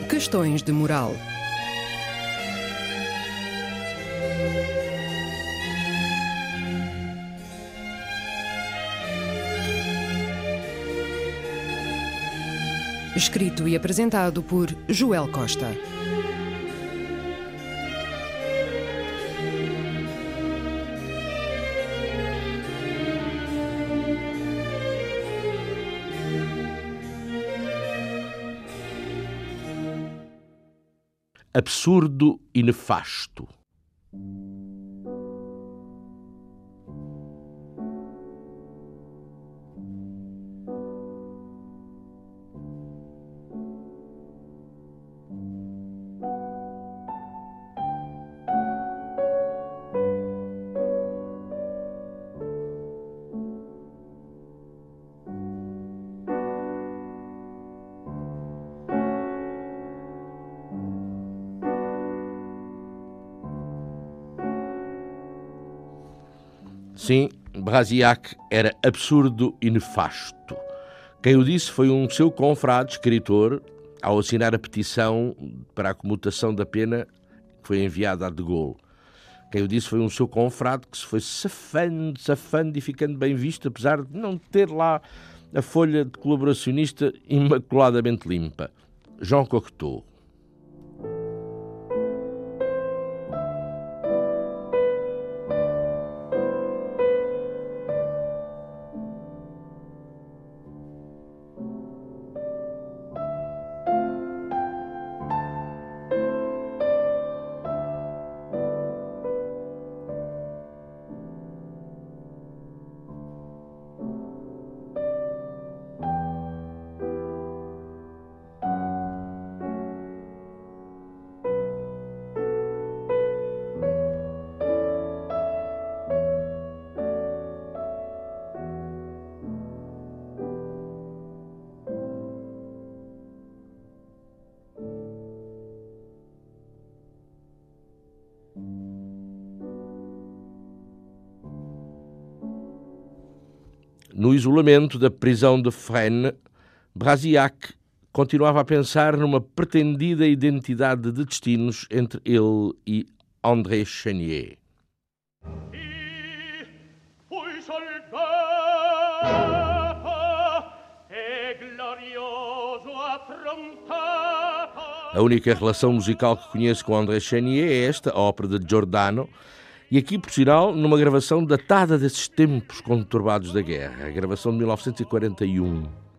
Questões de moral. Escrito e apresentado por Joel Costa. Absurdo e nefasto. Sim, Brasillac era absurdo e nefasto. Quem o disse foi um seu confrade escritor ao assinar a petição para a comutação da pena que foi enviada a de Gaulle. Quem o disse foi um seu confrade que se foi safando e ficando bem visto, apesar de não ter lá a folha de colaboracionista imaculadamente limpa. Jean Cocteau. No isolamento da prisão de Fresnes, Brasillac continuava a pensar numa pretendida identidade de destinos entre ele e André Chénier. A única relação musical que conheço com André Chénier é esta, a ópera de Giordano, e aqui, por sinal, numa gravação datada desses tempos conturbados da guerra, a gravação de 1941.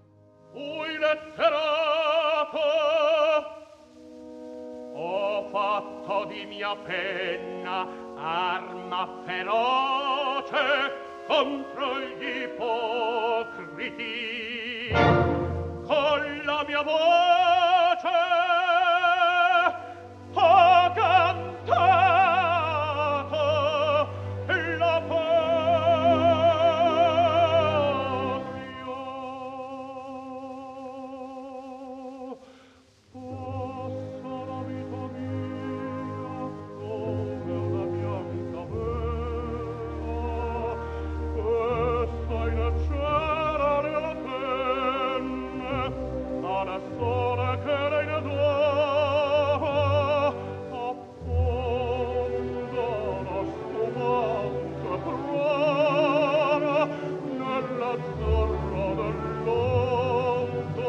Ho fatto di mia penna arma feroce contro gli ipocriti. Con la mia voce ho cantato la patria. Passa la vita mia come una bianca vela, questa innocera nella tenne, alla sole che lei ne dà, affonda la spumante prana nell'azzurro dell'onda.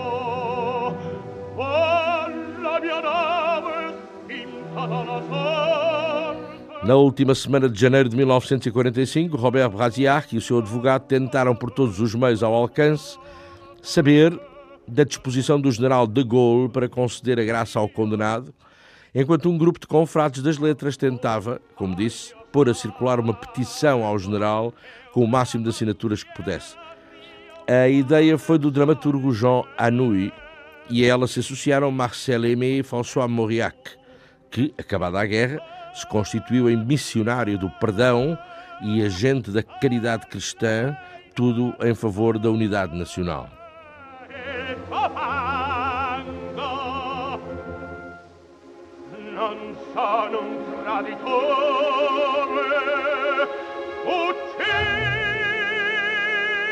Alla mia nave spinta dalla sorte. Na última semana de janeiro de 1945, Robert Brasillac e o seu advogado tentaram por todos os meios ao alcance saber da disposição do general de Gaulle para conceder a graça ao condenado, enquanto um grupo de confrades das letras tentava, como disse, pôr a circular uma petição ao general com o máximo de assinaturas que pudesse. A ideia foi do dramaturgo Jean Anouilh e a ela se associaram Marcel Aimé e François Mauriac, que, acabada a guerra, se constituiu em missionário do perdão e agente da caridade cristã, tudo em favor da unidade nacional. Non sono un traditore,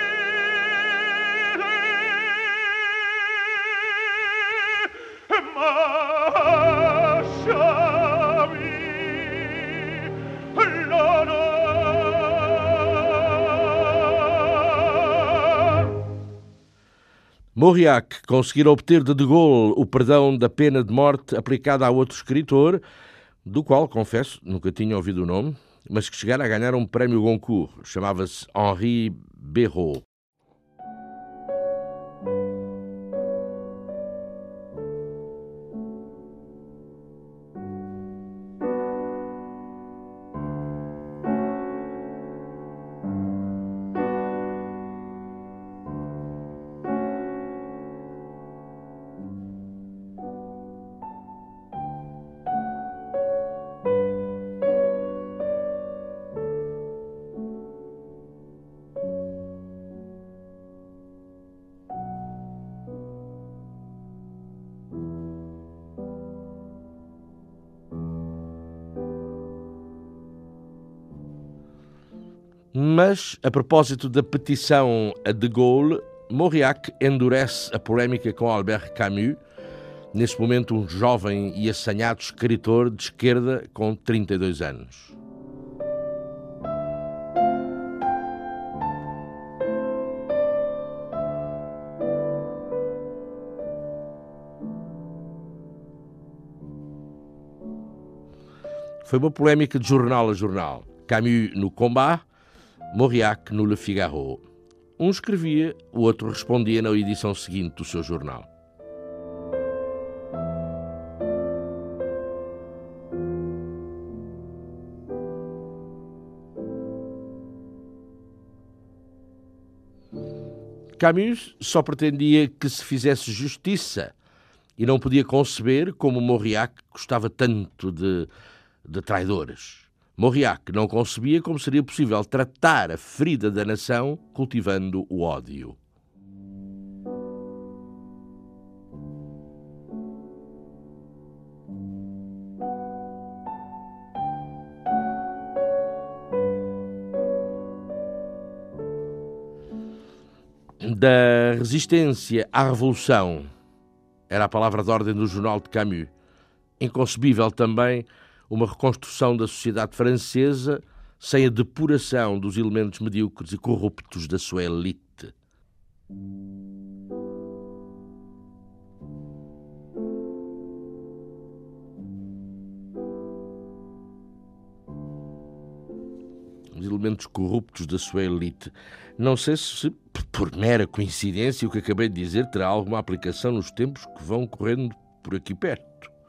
uccide, ma Mauriac conseguira obter de Gaulle o perdão da pena de morte aplicada a outro escritor, do qual, confesso, nunca tinha ouvido o nome, mas que chegara a ganhar um prémio Goncourt. Chamava-se Henri Béraud. Mas, a propósito da petição a de Gaulle, Mauriac endurece a polémica com Albert Camus, nesse momento um jovem e assanhado escritor de esquerda com 32 anos. Foi uma polémica de jornal a jornal. Camus no Combat, Mauriac no Le Figaro. Um escrevia, o outro respondia na edição seguinte do seu jornal. Camus só pretendia que se fizesse justiça e não podia conceber como Mauriac gostava tanto de traidores. Mauriac não concebia como seria possível tratar a ferida da nação cultivando o ódio. Da resistência à revolução era a palavra de ordem do jornal de Camus. Inconcebível também uma reconstrução da sociedade francesa sem a depuração dos elementos medíocres e corruptos da sua elite. Os elementos corruptos da sua elite. Não sei se, por mera coincidência, o que acabei de dizer terá alguma aplicação nos tempos que vão correndo por aqui perto.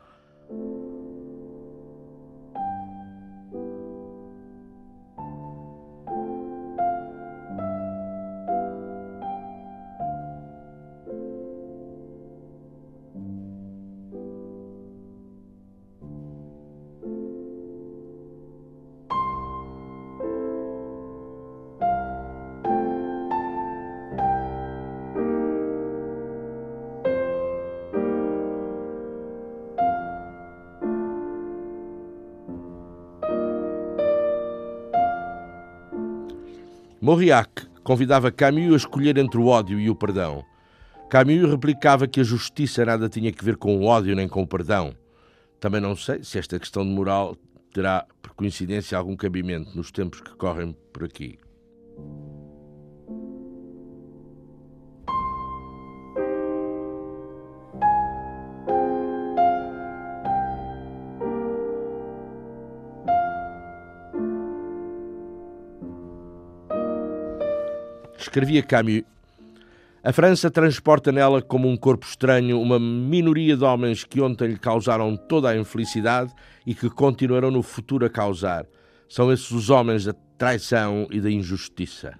Mauriac convidava Camus a escolher entre o ódio e o perdão. Camus replicava que a justiça nada tinha que ver com o ódio nem com o perdão. Também não sei se esta questão de moral terá, por coincidência, algum cabimento nos tempos que correm por aqui. Escrevia Camus: a França transporta nela como um corpo estranho uma minoria de homens que ontem lhe causaram toda a infelicidade e que continuarão no futuro a causar. São esses os homens da traição e da injustiça.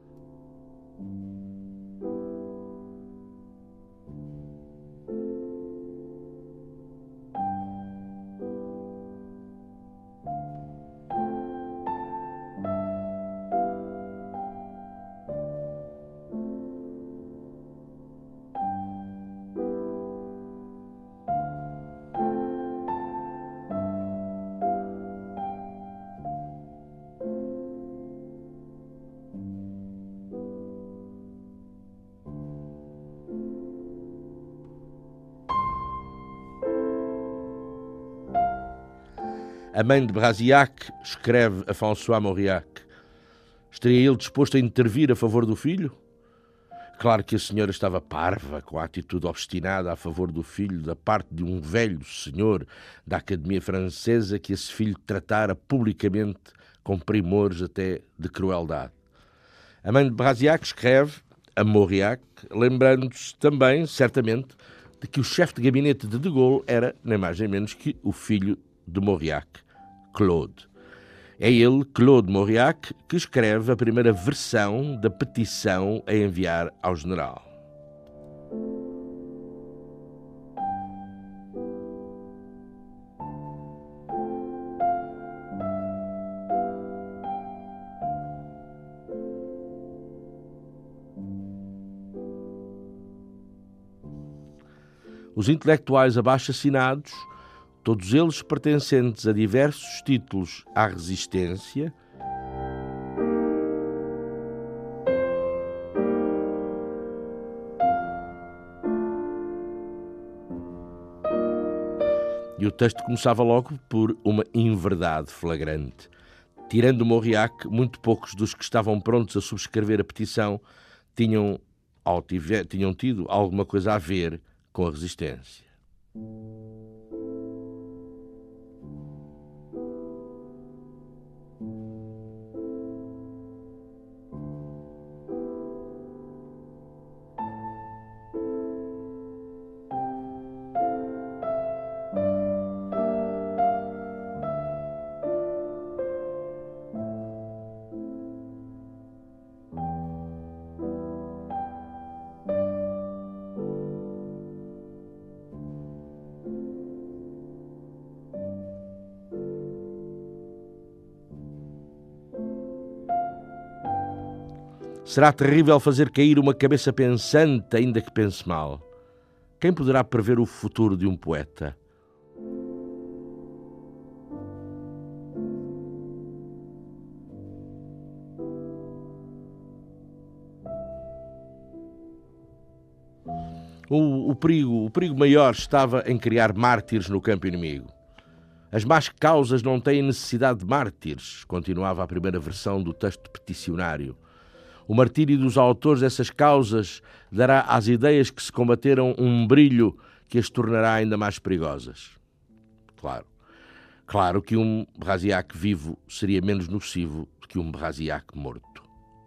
A mãe de Brasillac escreve a François Mauriac: estaria ele disposto a intervir a favor do filho? Claro que a senhora estava parva com a atitude obstinada a favor do filho da parte de um velho senhor da Academia Francesa que esse filho tratara publicamente com primores até de crueldade. A mãe de Brasillac escreve a Mauriac, lembrando-se também, certamente, de que o chefe de gabinete de Gaulle era, nem mais nem menos, que o filho de Mauriac, Claude. É ele, Claude Mauriac, que escreve a primeira versão da petição a enviar ao general. Os intelectuais abaixo-assinados, todos eles pertencentes a diversos títulos à resistência, e o texto começava logo por uma inverdade flagrante. Tirando Mauriac, muito poucos dos que estavam prontos a subscrever a petição tinham tido alguma coisa a ver com a resistência. Será terrível fazer cair uma cabeça pensante, ainda que pense mal. Quem poderá prever o futuro de um poeta? O perigo maior estava em criar mártires no campo inimigo. As más causas não têm necessidade de mártires, continuava a primeira versão do texto peticionário. O martírio dos autores dessas causas dará às ideias que se combateram um brilho que as tornará ainda mais perigosas. Claro que um Brasillac vivo seria menos nocivo do que um Brasillac morto.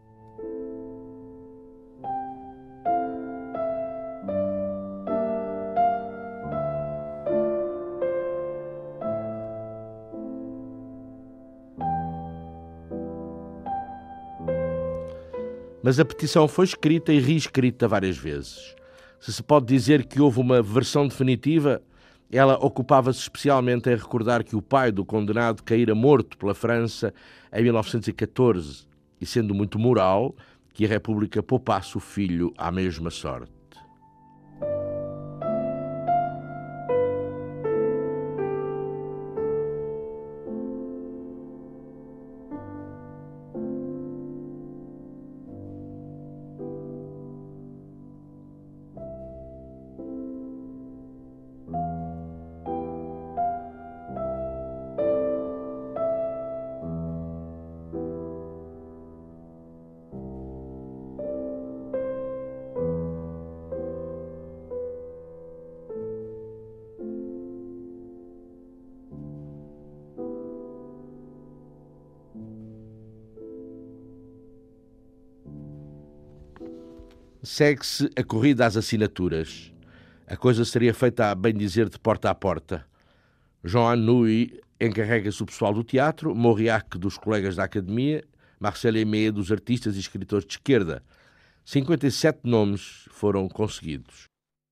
Mas a petição foi escrita e reescrita várias vezes. Se se pode dizer que houve uma versão definitiva, ela ocupava-se especialmente em recordar que o pai do condenado caíra morto pela França em 1914, e sendo muito moral que a República poupasse o filho à mesma sorte. Segue-se a corrida às assinaturas. A coisa seria feita, a bem dizer, de porta a porta. Jean Anouilh encarrega-se o pessoal do teatro, Mauriac dos colegas da academia, Marcel Aimé dos artistas e escritores de esquerda. 57 nomes foram conseguidos.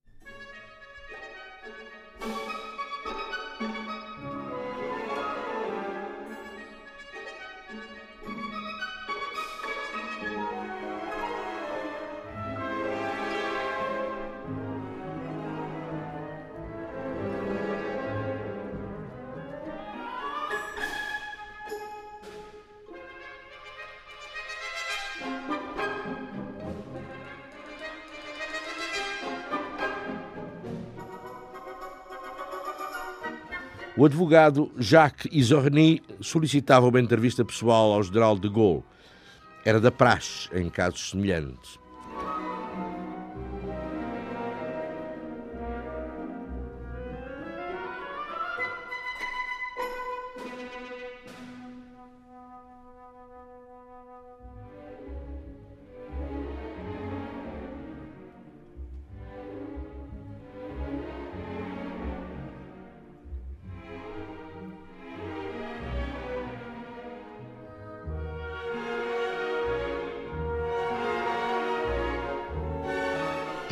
O advogado Jacques Izorny solicitava uma entrevista pessoal ao general de Gaulle. Era da praxe em casos semelhantes.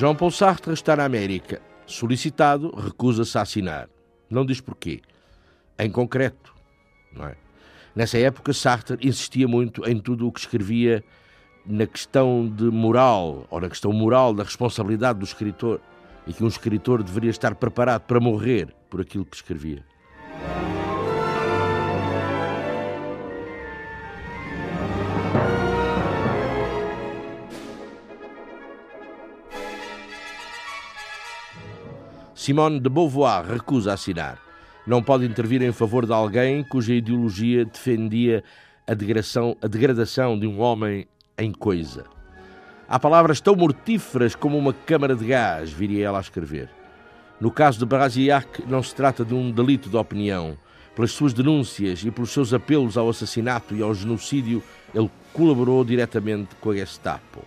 Jean-Paul Sartre está na América. Solicitado, recusa-se a assinar. Não diz porquê. Em concreto, não é? Nessa época, Sartre insistia muito em tudo o que escrevia na questão de moral, ou na questão moral da responsabilidade do escritor, e que um escritor deveria estar preparado para morrer por aquilo que escrevia. Simone de Beauvoir recusa assinar. Não pode intervir em favor de alguém cuja ideologia defendia a degradação de um homem em coisa. Há palavras tão mortíferas como uma câmara de gás, viria ela a escrever. No caso de Brasillac, não se trata de um delito de opinião. Pelas suas denúncias e pelos seus apelos ao assassinato e ao genocídio, ele colaborou diretamente com a Gestapo.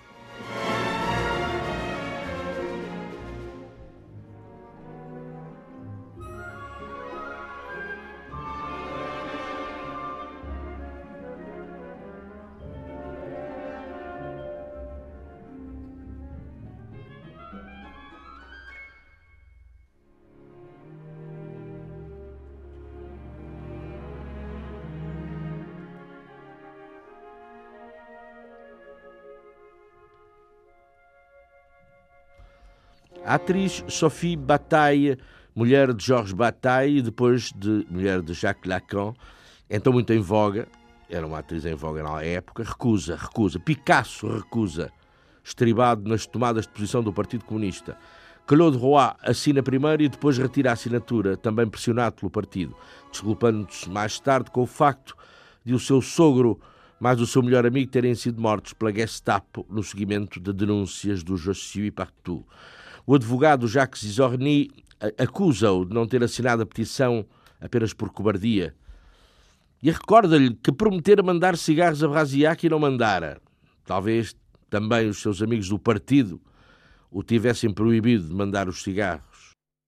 A atriz Sophie Bataille, mulher de Georges Bataille e depois de mulher de Jacques Lacan, então muito em voga, era uma atriz em voga na época, recusa. Picasso recusa, estribado nas tomadas de posição do Partido Comunista. Claude Roy assina primeiro e depois retira a assinatura, também pressionado pelo partido, desculpando-se mais tarde com o facto de o seu sogro mais o seu melhor amigo terem sido mortos pela Gestapo no seguimento de denúncias do Je suis partout. O advogado Jacques Zizorny acusa-o de não ter assinado a petição apenas por cobardia e recorda-lhe que prometera mandar cigarros a Brasillac e não mandara. Talvez também os seus amigos do partido o tivessem proibido de mandar os cigarros.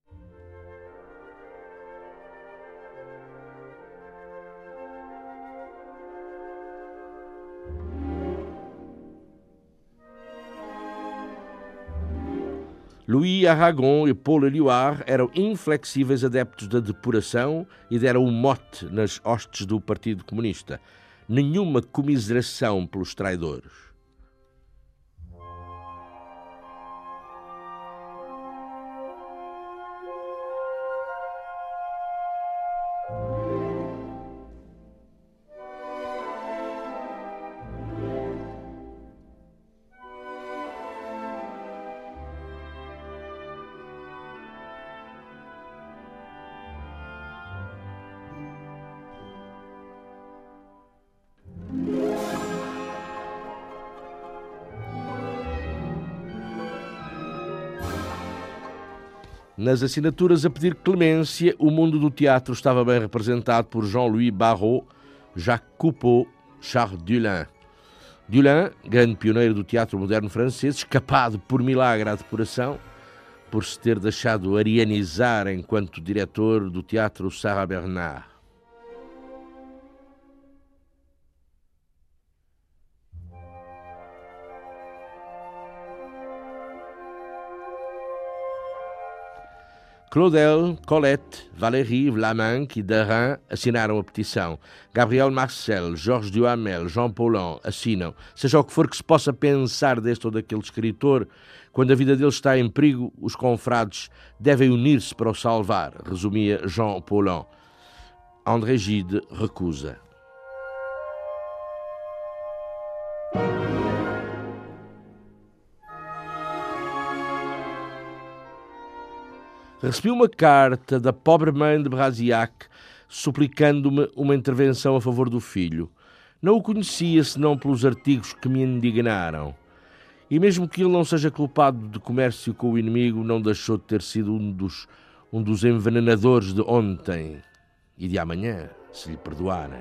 Louis Aragon e Paul Éluard eram inflexíveis adeptos da depuração e deram um mote nas hostes do Partido Comunista. Nenhuma comiseração pelos traidores. Nas assinaturas a pedir clemência, o mundo do teatro estava bem representado por Jean-Louis Barrault, Jacques Coupeau, Charles Dulin. Dulin, grande pioneiro do teatro moderno francês, escapado por milagre à depuração, por se ter deixado arianizar enquanto diretor do teatro Sarah Bernard. Claudel, Colette, Valérie, Vlaminck e Darin assinaram a petição. Gabriel Marcel, Georges Duhamel, Jean Paulhan assinam. Seja o que for que se possa pensar deste ou daquele escritor, quando a vida dele está em perigo, os confrades devem unir-se para o salvar, resumia Jean Paulhan. André Gide recusa. Recebi uma carta da pobre mãe de Brasillac suplicando-me uma intervenção a favor do filho. Não o conhecia senão pelos artigos que me indignaram. E mesmo que ele não seja culpado de comércio com o inimigo, não deixou de ter sido um dos envenenadores de ontem e de amanhã, se lhe perdoarem.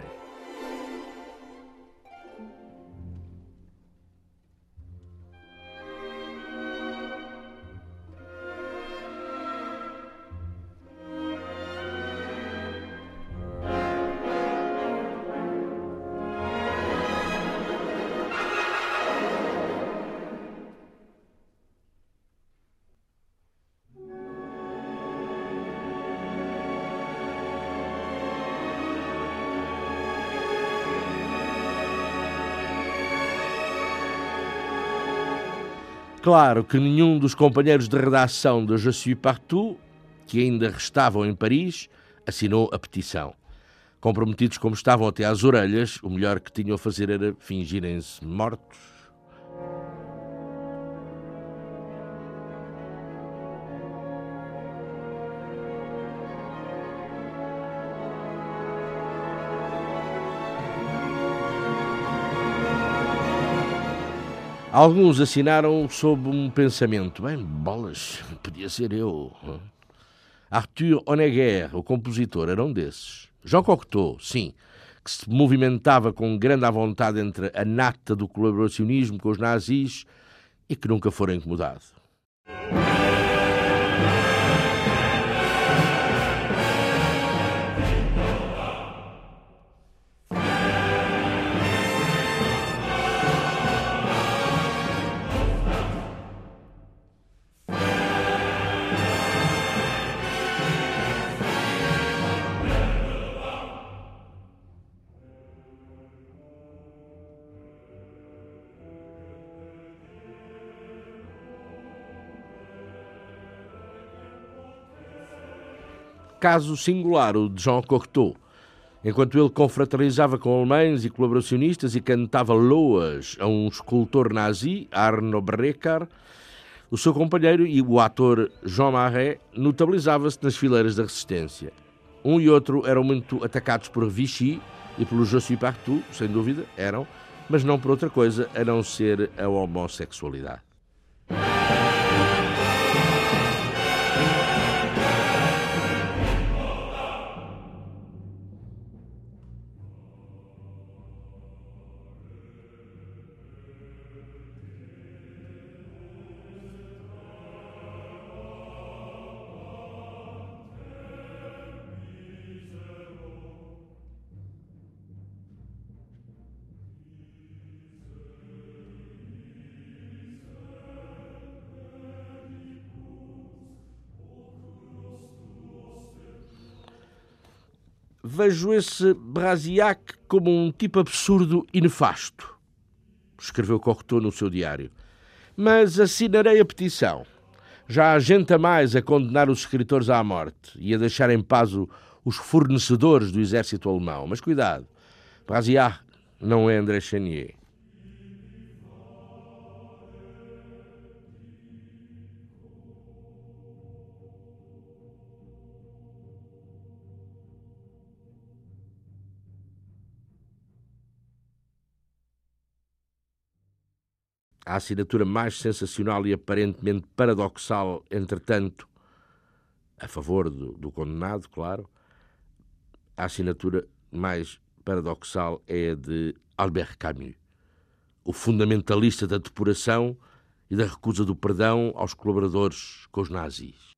claro que nenhum dos companheiros de redação de Je suis partout, que ainda restavam em Paris, assinou a petição. Comprometidos como estavam até às orelhas, o melhor que tinham a fazer era fingirem-se mortos. Alguns assinaram sob um pensamento. Bem, bolas, podia ser eu. Arthur Honegger, o compositor, era um desses. Jean Cocteau, sim, que se movimentava com grande à vontade entre a nata do colaboracionismo com os nazis e que nunca fora incomodado. Caso singular, o de Jean Cocteau. Enquanto ele confraternizava com alemães e colaboracionistas e cantava loas a um escultor nazi, Arno Breker, o seu companheiro e o ator Jean Marais notabilizava-se nas fileiras da resistência. Um e outro eram muito atacados por Vichy e pelo Je suis partout, sem dúvida, eram, mas não por outra coisa a não ser a homossexualidade. Vejo esse Brasillac como um tipo absurdo e nefasto, escreveu Cocteau no seu diário. Mas assinarei a petição. Já há gente a mais a condenar os escritores à morte e a deixar em paz os fornecedores do exército alemão. Mas cuidado, Brasillac não é André Chenier. A assinatura mais sensacional e aparentemente paradoxal, entretanto, a favor do condenado, claro, a assinatura mais paradoxal é a de Albert Camus, o fundamentalista da depuração e da recusa do perdão aos colaboradores com os nazis.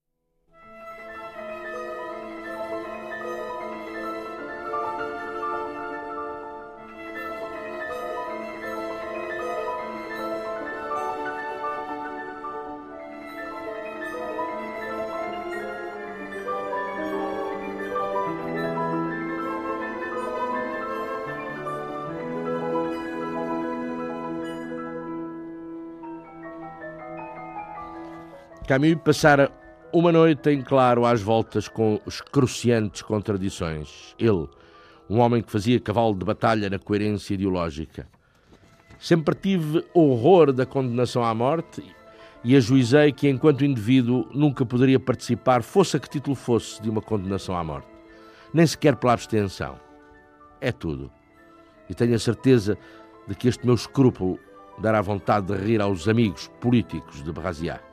Camus passara uma noite em claro às voltas com excruciantes contradições. Ele, um homem que fazia cavalo de batalha na coerência ideológica. Sempre tive horror da condenação à morte e ajuizei que, enquanto indivíduo, nunca poderia participar, fosse a que título fosse, de uma condenação à morte. Nem sequer pela abstenção. É tudo. E tenho a certeza de que este meu escrúpulo dará vontade de rir aos amigos políticos de Brasillac.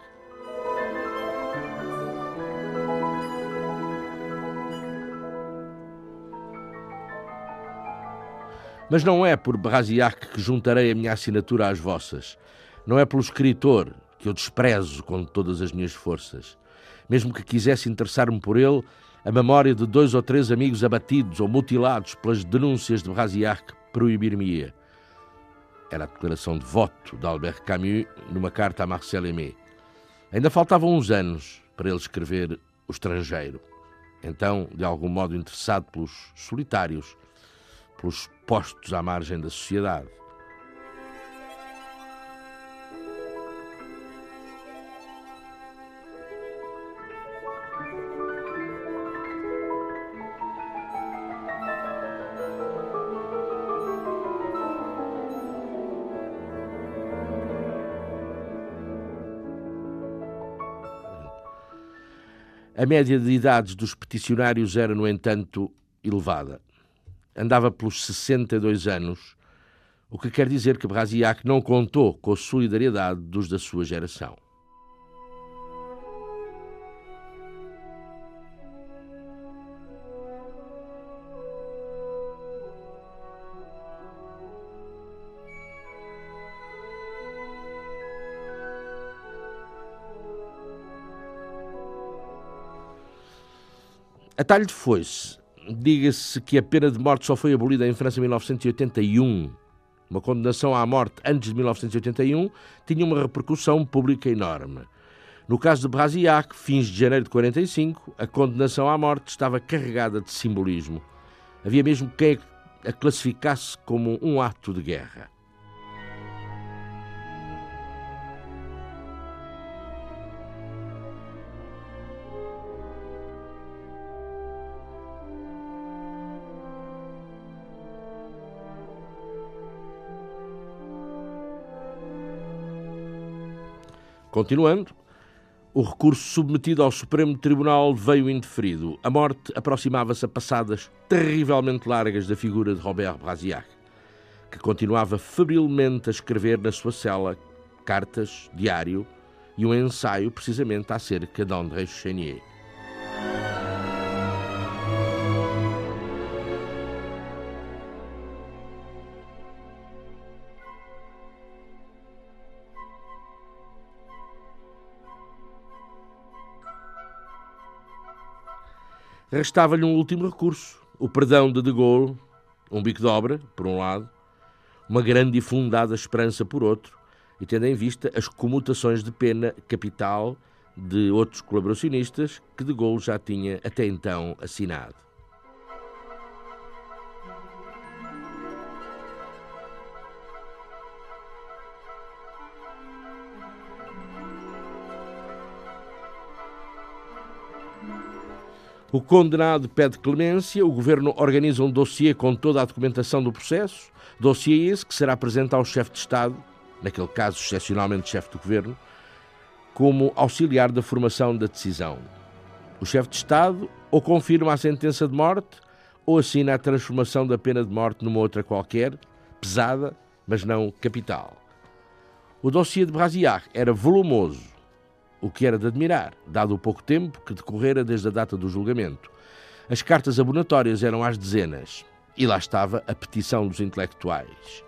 Mas não é por Brasillac que juntarei a minha assinatura às vossas. Não é pelo escritor, que eu desprezo com todas as minhas forças. Mesmo que quisesse interessar-me por ele, a memória de 2 ou 3 amigos abatidos ou mutilados pelas denúncias de Brasillac proibir-me-ia. Era a declaração de voto de Albert Camus numa carta a Marcel Aimé. Ainda faltavam uns anos para ele escrever O Estrangeiro. Então, de algum modo interessado pelos solitários, pelos postos à margem da sociedade. A média de idades dos peticionários era, no entanto, elevada. Andava pelos 62 anos, o que quer dizer que Brasillac não contou com a solidariedade dos da sua geração. A talho de foice, diga-se que a pena de morte só foi abolida em França em 1981. Uma condenação à morte antes de 1981 tinha uma repercussão pública enorme. No caso de Brasillac, fins de janeiro de 45, a condenação à morte estava carregada de simbolismo. Havia mesmo quem a classificasse como um ato de guerra. Continuando, o recurso submetido ao Supremo Tribunal veio indeferido. A morte aproximava-se a passadas terrivelmente largas da figura de Robert Brasillac, que continuava febrilmente a escrever na sua cela cartas, diário e um ensaio precisamente acerca de André Chénier. Restava-lhe um último recurso, o perdão de Gaulle, um bico de obra, por um lado, uma grande e fundada esperança por outro, e tendo em vista as comutações de pena capital de outros colaboracionistas que de Gaulle já tinha até então assinado. O condenado pede clemência, o governo organiza um dossiê com toda a documentação do processo, dossiê esse que será apresentado ao chefe de Estado, naquele caso excepcionalmente chefe do governo, como auxiliar da formação da decisão. O chefe de Estado ou confirma a sentença de morte ou assina a transformação da pena de morte numa outra qualquer, pesada, mas não capital. O dossiê de Brasillac era volumoso, o que era de admirar, dado o pouco tempo que decorrera desde a data do julgamento. As cartas abonatórias eram às dezenas, e lá estava a petição dos intelectuais.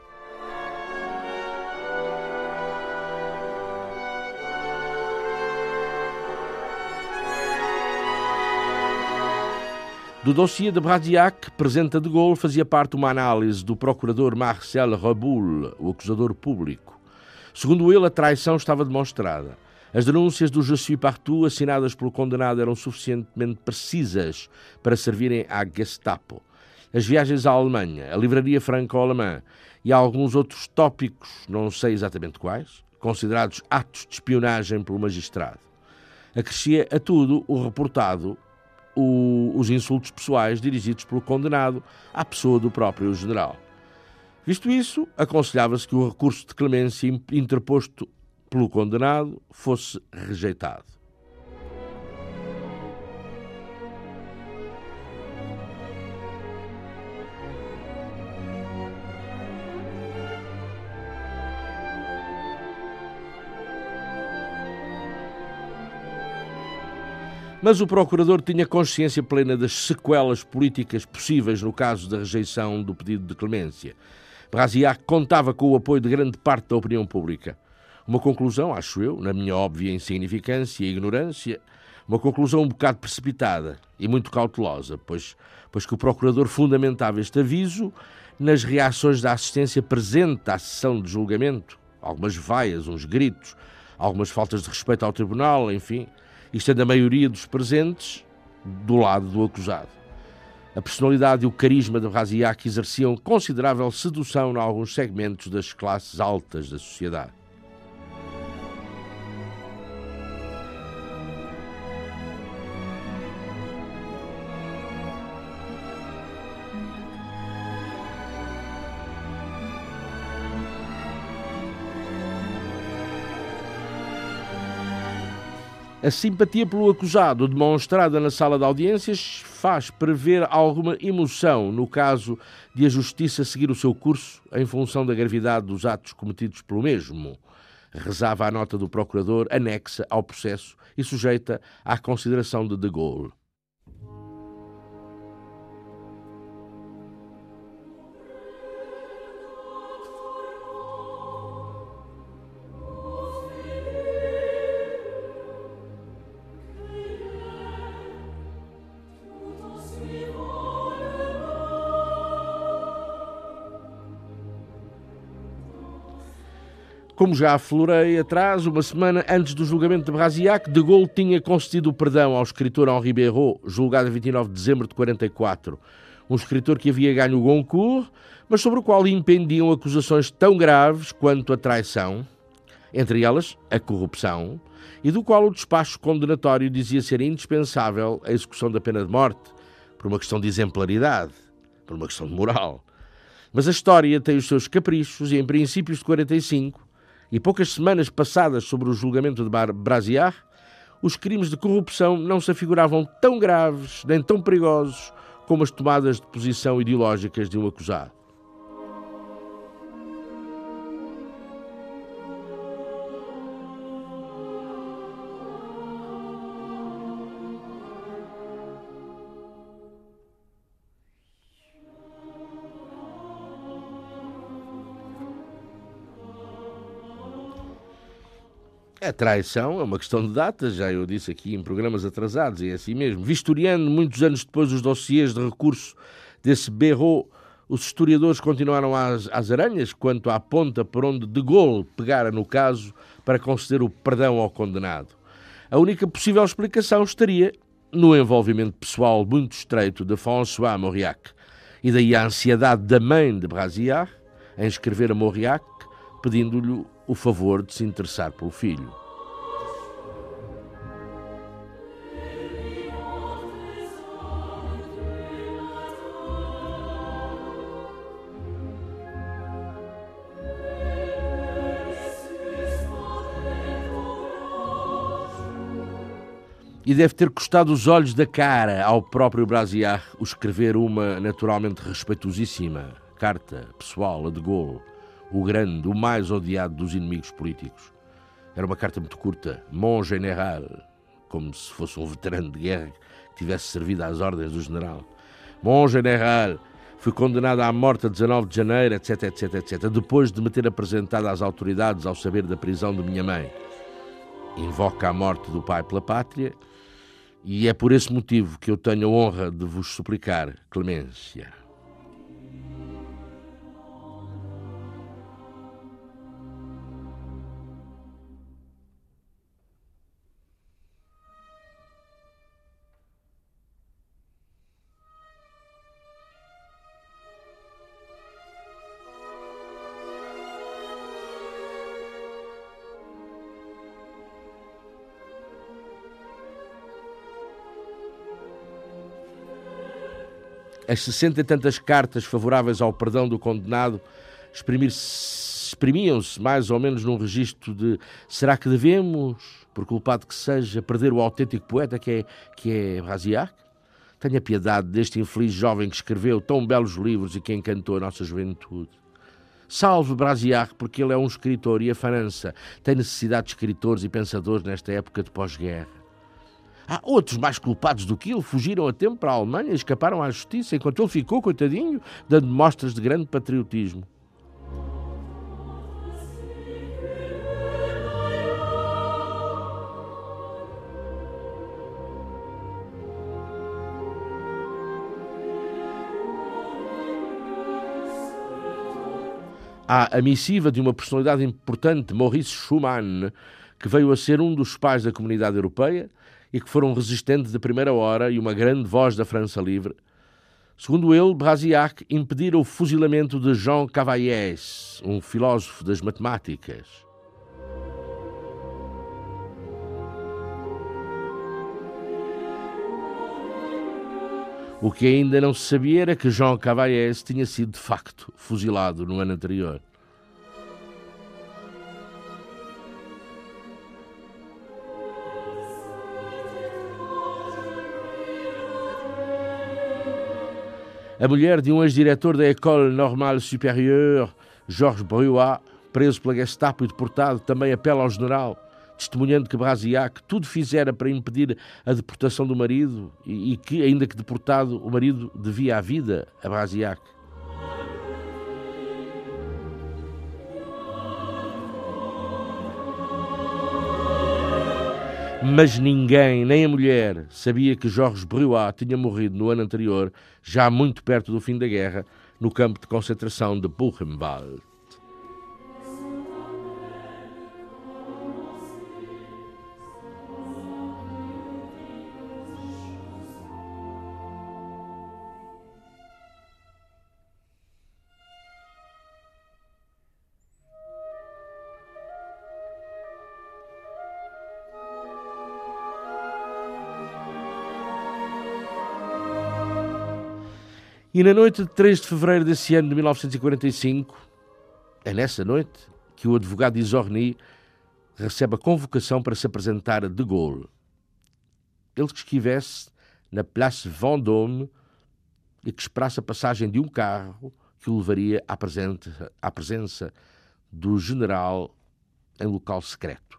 Do dossiê de Brasillac, presente a de Gaulle, fazia parte uma análise do procurador Marcel Reboul, o acusador público. Segundo ele, a traição estava demonstrada. As denúncias do Je suis partout assinadas pelo condenado eram suficientemente precisas para servirem à Gestapo. As viagens à Alemanha, a livraria franco-alemã e alguns outros tópicos, não sei exatamente quais, considerados atos de espionagem pelo magistrado. Acrescia a tudo o reportado os insultos pessoais dirigidos pelo condenado à pessoa do próprio general. Visto isso, aconselhava-se que o recurso de clemência interposto pelo condenado fosse rejeitado. Mas o procurador tinha consciência plena das sequelas políticas possíveis no caso da rejeição do pedido de clemência. Brasillac contava com o apoio de grande parte da opinião pública. Uma conclusão, acho eu, na minha óbvia insignificância e ignorância, uma conclusão um bocado precipitada e muito cautelosa, pois que o procurador fundamentava este aviso nas reações da assistência presente à sessão de julgamento, algumas vaias, uns gritos, algumas faltas de respeito ao tribunal, enfim, e estando a maioria dos presentes do lado do acusado. A personalidade e o carisma de Brasillac exerciam considerável sedução em alguns segmentos das classes altas da sociedade. A simpatia pelo acusado demonstrada na sala de audiências faz prever alguma emoção no caso de a justiça seguir o seu curso em função da gravidade dos atos cometidos pelo mesmo. Rezava a nota do procurador, anexa ao processo e sujeita à consideração de Gaulle. Como já aflorei atrás, uma semana antes do julgamento de Brasillac, de Gaulle tinha concedido o perdão ao escritor Henri Béraud, julgado a 29 de dezembro de 44. Um escritor que havia ganho o Goncourt, mas sobre o qual impendiam acusações tão graves quanto a traição, entre elas a corrupção, e do qual o despacho condenatório dizia ser indispensável a execução da pena de morte, por uma questão de exemplaridade, por uma questão de moral. Mas a história tem os seus caprichos e, em princípios de 45, e poucas semanas passadas sobre o julgamento de Brasillac, os crimes de corrupção não se afiguravam tão graves nem tão perigosos como as tomadas de posição ideológicas de um acusado. A traição é uma questão de datas, já eu disse aqui em programas atrasados, e é assim mesmo. Vistoriando muitos anos depois os dossiês de recurso desse Béraud, os historiadores continuaram às aranhas quanto à ponta por onde de Gaulle pegara no caso para conceder o perdão ao condenado. A única possível explicação estaria no envolvimento pessoal muito estreito de François Mauriac, e daí a ansiedade da mãe de Brasillac em escrever a Mauriac pedindo-lhe o favor de se interessar pelo filho. E deve ter custado os olhos da cara ao próprio Brasillac o escrever uma naturalmente respeitosíssima carta pessoal a de Gaulle, o grande, o mais odiado dos inimigos políticos. Era uma carta muito curta, Mon Général, como se fosse um veterano de guerra que tivesse servido às ordens do general. Mon Général, fui condenado à morte a 19 de janeiro, etc, etc, etc, depois de me ter apresentado às autoridades ao saber da prisão de minha mãe. Invoca a morte do pai pela pátria, e é por esse motivo que eu tenho a honra de vos suplicar clemência. As 60 e tantas cartas favoráveis ao perdão do condenado exprimiam-se mais ou menos num registro de será que devemos, por culpado que seja, perder o autêntico poeta que é Brasillac? Tenha piedade deste infeliz jovem que escreveu tão belos livros e que encantou a nossa juventude. Salve Brasillac, porque ele é um escritor e a França tem necessidade de escritores e pensadores nesta época de pós-guerra. Há outros mais culpados do que ele, fugiram a tempo para a Alemanha e escaparam à justiça, enquanto ele ficou, coitadinho, dando mostras de grande patriotismo. Há a missiva de uma personalidade importante, Maurice Schumann, que veio a ser um dos pais da comunidade europeia e que foram resistentes da primeira hora e uma grande voz da França livre. Segundo ele, Brasillac impedira o fuzilamento de Jean Cavaillés, um filósofo das matemáticas. O que ainda não se sabia era que Jean Cavaillés tinha sido, de facto, fuzilado no ano anterior. A mulher de um ex-diretor da École Normale Supérieure, Georges Bruat, preso pela Gestapo e deportado, também apela ao general, testemunhando que Brasillac tudo fizera para impedir a deportação do marido e que, ainda que deportado, o marido devia a vida a Brasillac. Mas ninguém, nem a mulher, sabia que Georges Bruat tinha morrido no ano anterior, já muito perto do fim da guerra, no campo de concentração de Buchenwald. E na noite de 3 de fevereiro desse ano de 1945, é nessa noite que o advogado Izorni recebe a convocação para se apresentar a De Gaulle. Ele que estivesse na Place Vendôme e que esperasse a passagem de um carro que o levaria à presença do general em local secreto.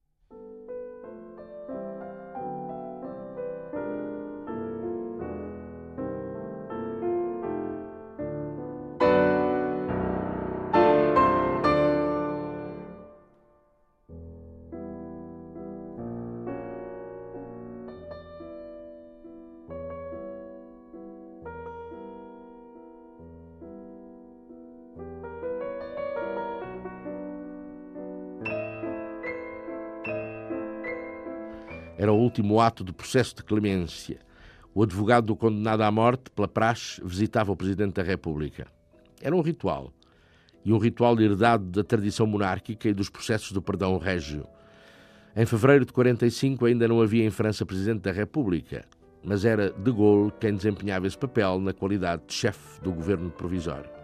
Era o último ato do processo de clemência. O advogado do condenado à morte, pela praxe, visitava o Presidente da República. Era um ritual. E um ritual herdado da tradição monárquica e dos processos do perdão régio. Em fevereiro de 45 ainda não havia em França Presidente da República, mas era De Gaulle quem desempenhava esse papel na qualidade de chefe do governo provisório.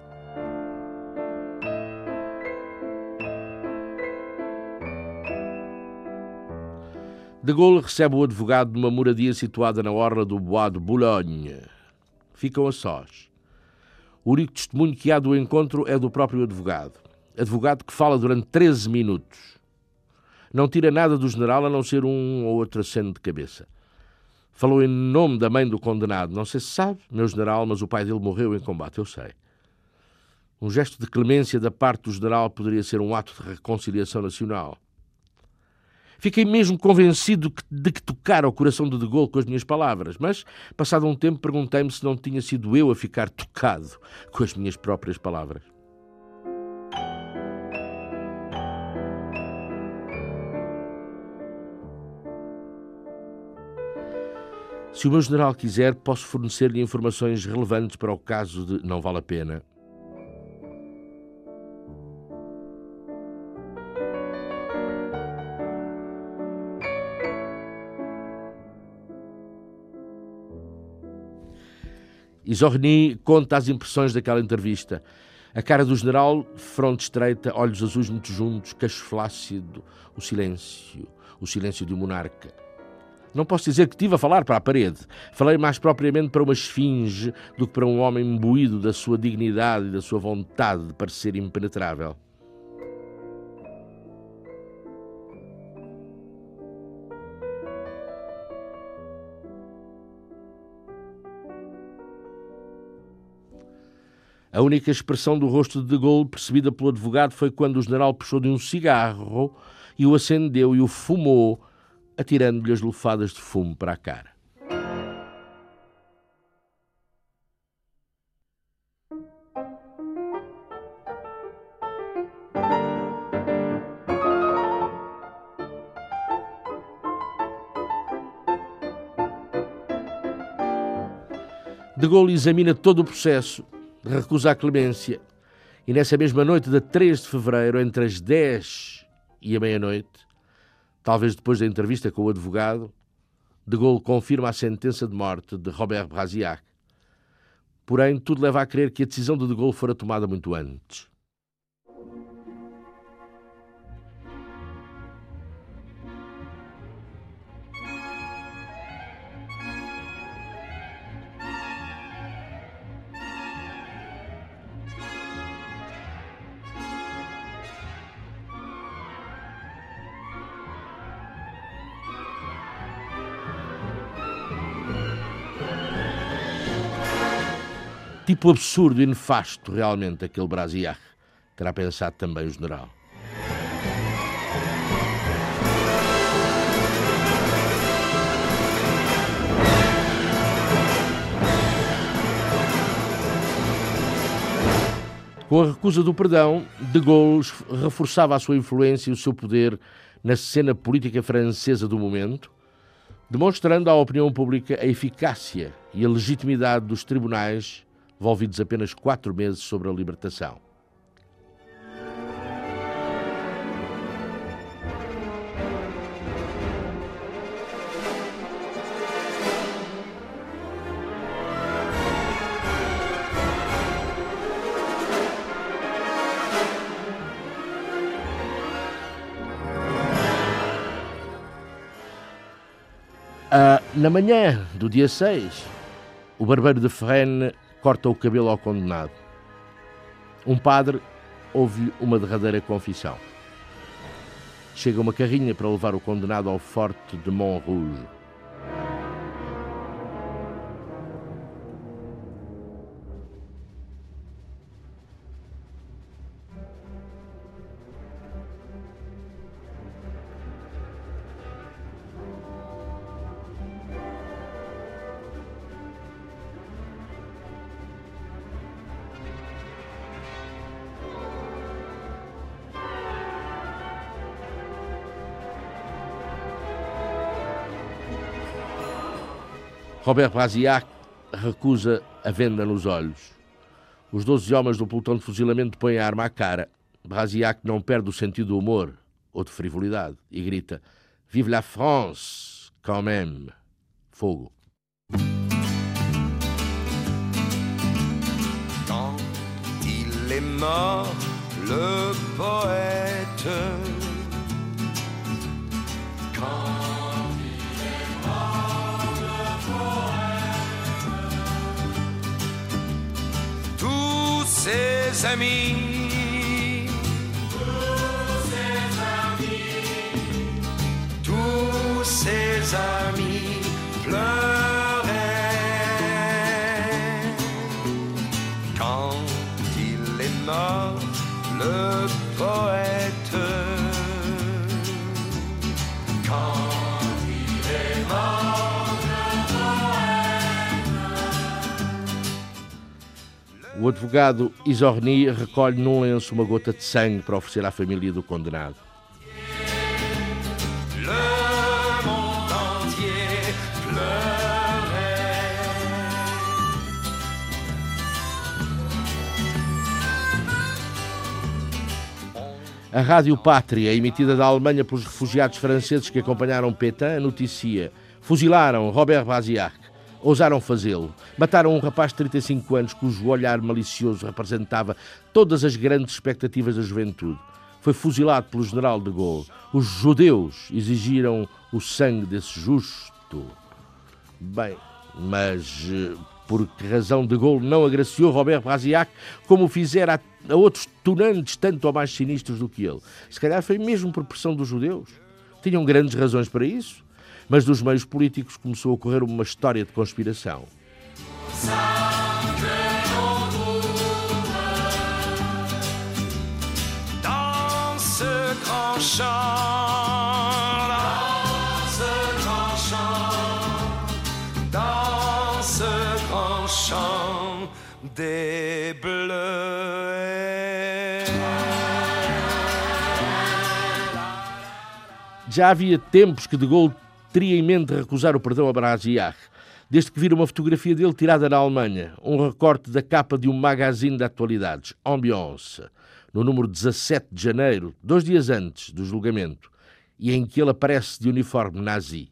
De Gaulle recebe o advogado numa moradia situada na orla do Bois de Boulogne. Ficam a sós. O único testemunho que há do encontro é do próprio advogado. Advogado que fala durante 13 minutos. Não tira nada do general a não ser um ou outro aceno de cabeça. Falou em nome da mãe do condenado. Não sei se sabe, meu general, mas o pai dele morreu em combate, eu sei. Um gesto de clemência da parte do general poderia ser um ato de reconciliação nacional. Fiquei mesmo convencido de que tocara o coração de Gaulle com as minhas palavras, mas, passado um tempo, perguntei-me se não tinha sido eu a ficar tocado com as minhas próprias palavras. Se o meu general quiser, posso fornecer-lhe informações relevantes para o caso de não vale a pena. Izorni conta as impressões daquela entrevista. A cara do general, fronte estreita, olhos azuis muito juntos, queixo flácido, o silêncio de um monarca. Não posso dizer que estive a falar para a parede. Falei mais propriamente para uma esfinge do que para um homem imbuído da sua dignidade e da sua vontade de parecer impenetrável. A única expressão do rosto de Gaulle percebida pelo advogado foi quando o general puxou de um cigarro e o acendeu e o fumou, atirando-lhe as lufadas de fumo para a cara. De Gaulle examina todo o processo, recusa a clemência e nessa mesma noite de 3 de fevereiro, entre as 10 e a meia-noite, talvez depois da entrevista com o advogado, De Gaulle confirma a sentença de morte de Robert Brasillac. Porém, tudo leva a crer que a decisão de Gaulle fora tomada muito antes. Tipo absurdo e nefasto, realmente, aquele Brasillac, terá pensado também o general. Com a recusa do perdão, de Gaulle reforçava a sua influência e o seu poder na cena política francesa do momento, demonstrando à opinião pública a eficácia e a legitimidade dos tribunais, envolvidos apenas 4 meses sobre a libertação. Na manhã do dia 6, o barbeiro de Fresnes corta o cabelo ao condenado. Um padre ouve uma derradeira confissão. Chega uma carrinha para levar o condenado ao forte de Montrouge. Robert Brasillac recusa a venda nos olhos. Os 12 homens do pelotão de fuzilamento põem a arma à cara. Brasillac não perde o sentido do humor ou de frivolidade e grita: Vive la France, quand même! Fogo. Quand il est mort, le poète. Ses amis, tous ses amis pleuraient quand il est mort, le poète. Quand il est mort, O advogado Isorni recolhe num lenço uma gota de sangue para oferecer à família do condenado. le monde entier pleurait. A Rádio Pátria, emitida da Alemanha pelos refugiados franceses que acompanharam Pétain, noticia: fuzilaram Robert Brasillac. Ousaram fazê-lo. Mataram um rapaz de 35 anos cujo olhar malicioso representava todas as grandes expectativas da juventude. Foi fuzilado pelo general de Gaulle. Os judeus exigiram o sangue desse justo. Bem, mas por que razão de Gaulle não agraciou Robert Brasillac como fizera a outros tunantes tanto ou mais sinistros do que ele? Se calhar foi mesmo por pressão dos judeus. Tinham grandes razões para isso. Mas dos meios políticos começou a correr uma história de conspiração. Dans ce grand champ, dans ce grand champ des bleus. Já havia tempos que de Gaulle teria em mente recusar o perdão a Brasillac, desde que vira uma fotografia dele tirada na Alemanha, um recorte da capa de um magazine de atualidades, Ambiance, no número 17 de janeiro, 2 dias antes do julgamento, e em que ele aparece de uniforme nazi.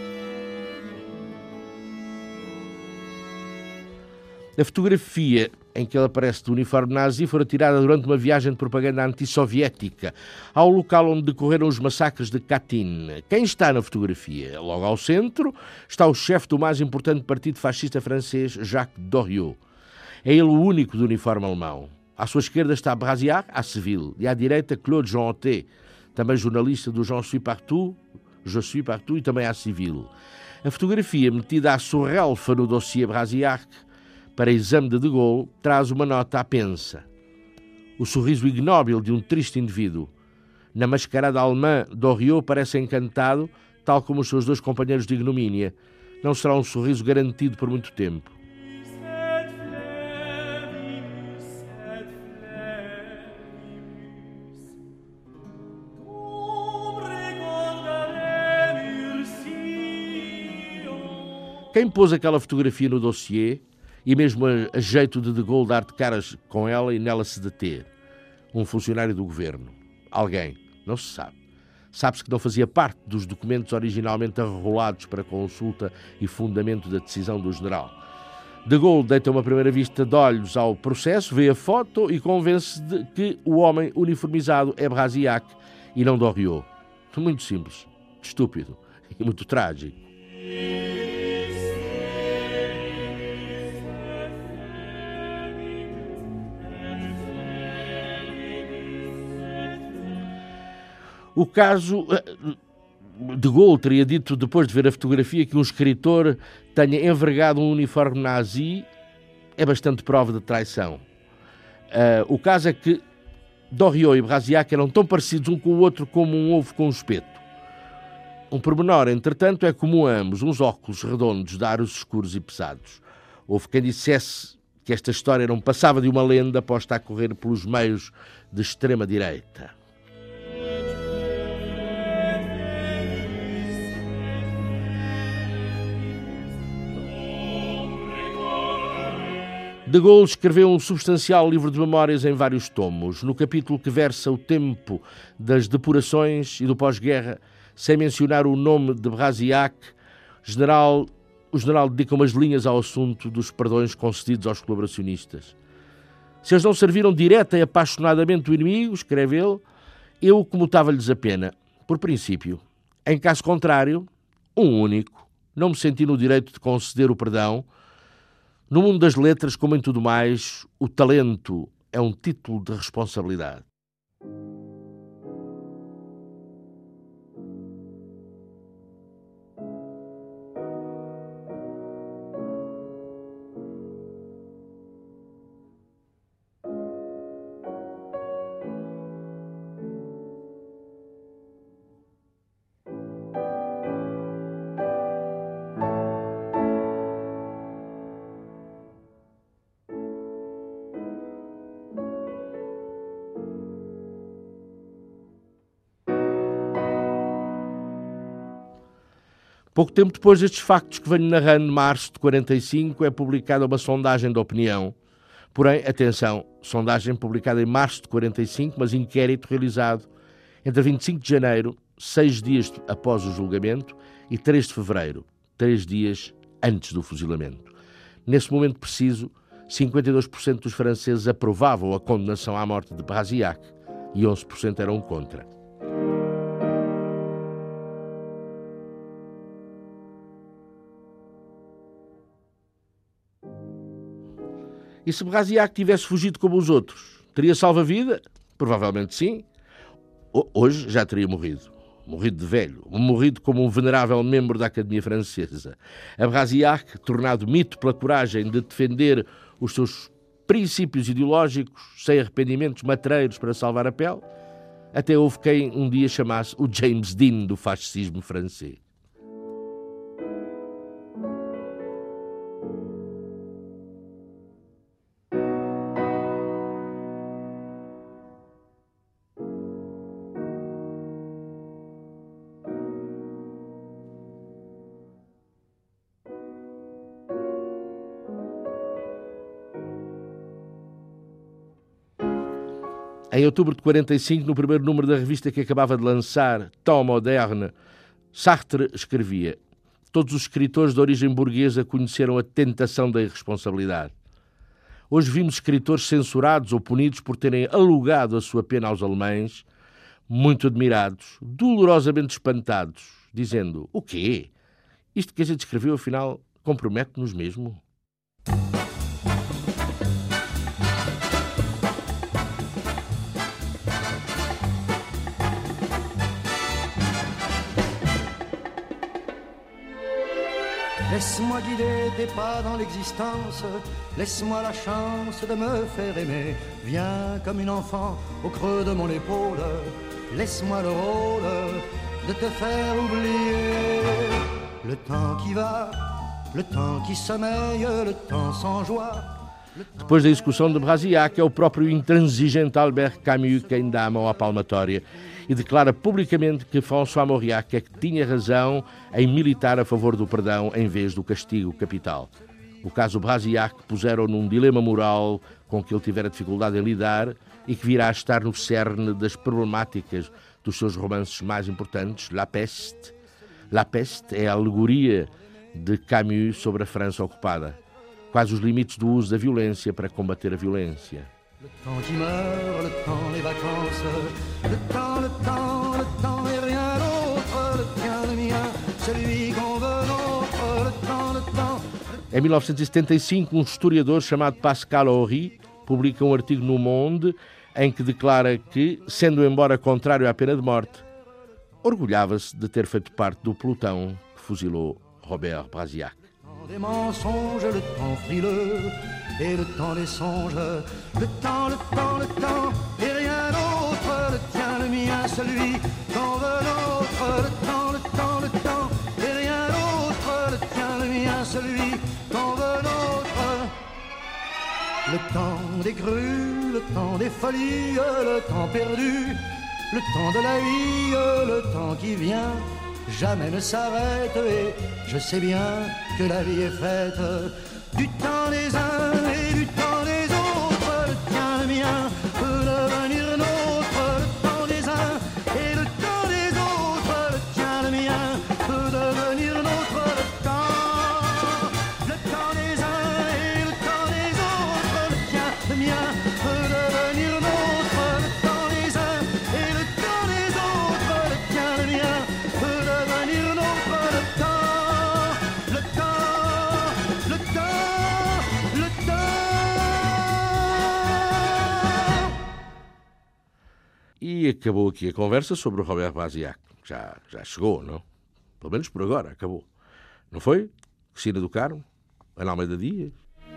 A fotografia em que ele aparece de uniforme nazi fora tirada durante uma viagem de propaganda antissoviética ao local onde decorreram os massacres de Katyn. Quem está na fotografia? Logo ao centro está o chefe do mais importante partido fascista francês, Jacques Doriot. É ele o único de uniforme alemão. À sua esquerda está Brasillac, à civil, e à direita Claude Jeantet, também jornalista do Je suis partout e também à civil. A fotografia metida à surrelfa no dossiê Brasillac para exame de Gaulle traz uma nota à pensa. O sorriso ignóbil de um triste indivíduo. Na mascarada alemã, Doriot parece encantado, tal como os seus dois companheiros de ignomínia. Não será um sorriso garantido por muito tempo. Quem pôs aquela fotografia no dossiê, e mesmo a jeito de Gaulle dar de caras com ela e nela se deter? Um funcionário do governo. Alguém. Não se sabe. Sabe-se que não fazia parte dos documentos originalmente arrolados para consulta e fundamento da decisão do general. De Gaulle deita uma primeira vista de olhos ao processo, vê a foto e convence de que o homem uniformizado é Brasillac e não Doriot. Muito simples, estúpido e muito trágico. O caso de Gaulle teria dito, depois de ver a fotografia, que um escritor tenha envergado um uniforme nazi é bastante prova de traição. O caso é que Doriot e Brasillac eram tão parecidos um com o outro como um ovo com um espeto. Um pormenor, entretanto, é comum a ambos, uns óculos redondos de aros escuros e pesados. Houve quem dissesse que esta história não passava de uma lenda posta a correr pelos meios de extrema-direita. De Gaulle escreveu um substancial livro de memórias em vários tomos. No capítulo que versa o tempo das depurações e do pós-guerra, sem mencionar o nome de Brasillac, o general dedica umas linhas ao assunto dos perdões concedidos aos colaboracionistas. Se eles não serviram direta e apaixonadamente o inimigo, escreve ele, eu comutava-lhes a pena. Por princípio, em caso contrário, um único, não me senti no direito de conceder o perdão. No mundo das letras, como em tudo mais, o talento é um título de responsabilidade. Pouco tempo depois destes factos que venho narrando, em março de 45, é publicada uma sondagem de opinião. Porém, atenção, sondagem publicada em março de 45, mas inquérito realizado entre 25 de janeiro, 6 dias após o julgamento, e 3 de fevereiro, 3 dias antes do fuzilamento. Nesse momento preciso, 52% dos franceses aprovavam a condenação à morte de Brasillac e 11% eram contra. E se Brasillac tivesse fugido como os outros, teria salvo a vida? Provavelmente sim. Hoje já teria morrido. Morrido de velho. Morrido como um venerável membro da Academia Francesa. A Brasillac, tornado mito pela coragem de defender os seus princípios ideológicos, sem arrependimentos matreiros para salvar a pele, até houve quem um dia chamasse o James Dean do fascismo francês. Em outubro de 45, no primeiro número da revista que acabava de lançar, Temps Moderne, Sartre escrevia: todos os escritores de origem burguesa conheceram a tentação da irresponsabilidade. Hoje vimos escritores censurados ou punidos por terem alugado a sua pena aos alemães, muito admirados, dolorosamente espantados, dizendo: o quê? Isto que a gente escreveu, afinal, compromete-nos mesmo? Laisse-moi guider tes pas dans l'existence, laisse-moi la chance de me faire aimer. Viens comme une enfant au creux de mon épaule, laisse-moi le rôle de te faire oublier le temps qui va, le temps qui sommeille, le temps sans joie. Depois da execução de Brasillac, é o próprio intransigente Albert Camus quem dá a mão à palmatória e declara publicamente que François Mauriac é que tinha razão em militar a favor do perdão em vez do castigo capital. O caso Brasillac puseram num dilema moral com que ele tivera dificuldade em lidar e que virá a estar no cerne das problemáticas dos seus romances mais importantes, La Peste. La Peste é a alegoria de Camus sobre a França ocupada. Quais os limites do uso da violência para combater a violência? Le temps qui meurt, le temps des vacances, le temps et rien d'autre, le tien, le mien, celui qu'on veut l'autre, le temps. Em 1975, um historiador chamado Pascal Horry publica um artigo no Monde em que declara que, sendo embora contrário à pena de morte, orgulhava-se de ter feito parte do pelotão que fuzilou Robert Brasillac. Des mensonges, le temps frileux et le temps des songes, le temps et rien d'autre, le tien, le mien, celui qu'on veut l'autre, le temps et rien d'autre, le tien, le mien, celui qu'on veut l'autre. Le temps des crues, le temps des folies, le temps perdu, le temps de la vie, le temps qui vient jamais ne s'arrête et je sais bien que la vie est faite du temps des uns et du temps des autres. Le tien, le mien peut devenir nôtre. Le temps des uns et le temps des autres. Le tien, le mien peut devenir nôtre. Le temps des uns et le temps des autres. Le tien, le mien peut devenir nôtre. Le temps des uns et le temps des autres. Le tien, le mien peut devenir nôtre. Le temps. E acabou aqui a conversa sobre o Robert Brasillac. Já chegou, não? Pelo menos por agora, acabou. Não foi? Cristina do Carmo? Ana Almeida Dias?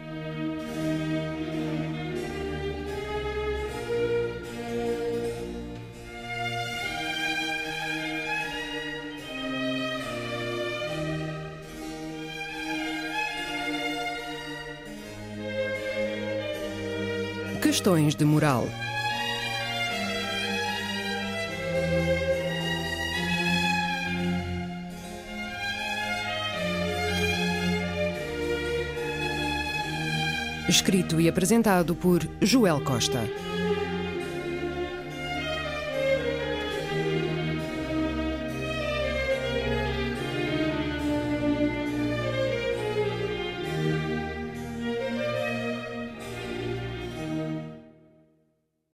Questões de moral. Escrito e apresentado por Joel Costa.